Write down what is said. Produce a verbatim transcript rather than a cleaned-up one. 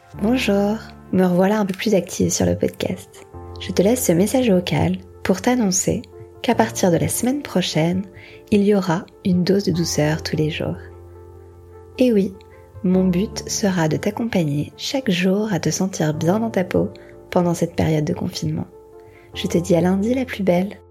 Bonjour, me revoilà un peu plus active sur le podcast. Je te laisse ce message vocal pour t'annoncer qu'à partir de la semaine prochaine, il y aura une dose de douceur tous les jours. Et oui, mon but sera de t'accompagner chaque jour à te sentir bien dans ta peau pendant cette période de confinement. Je te dis à lundi la plus belle.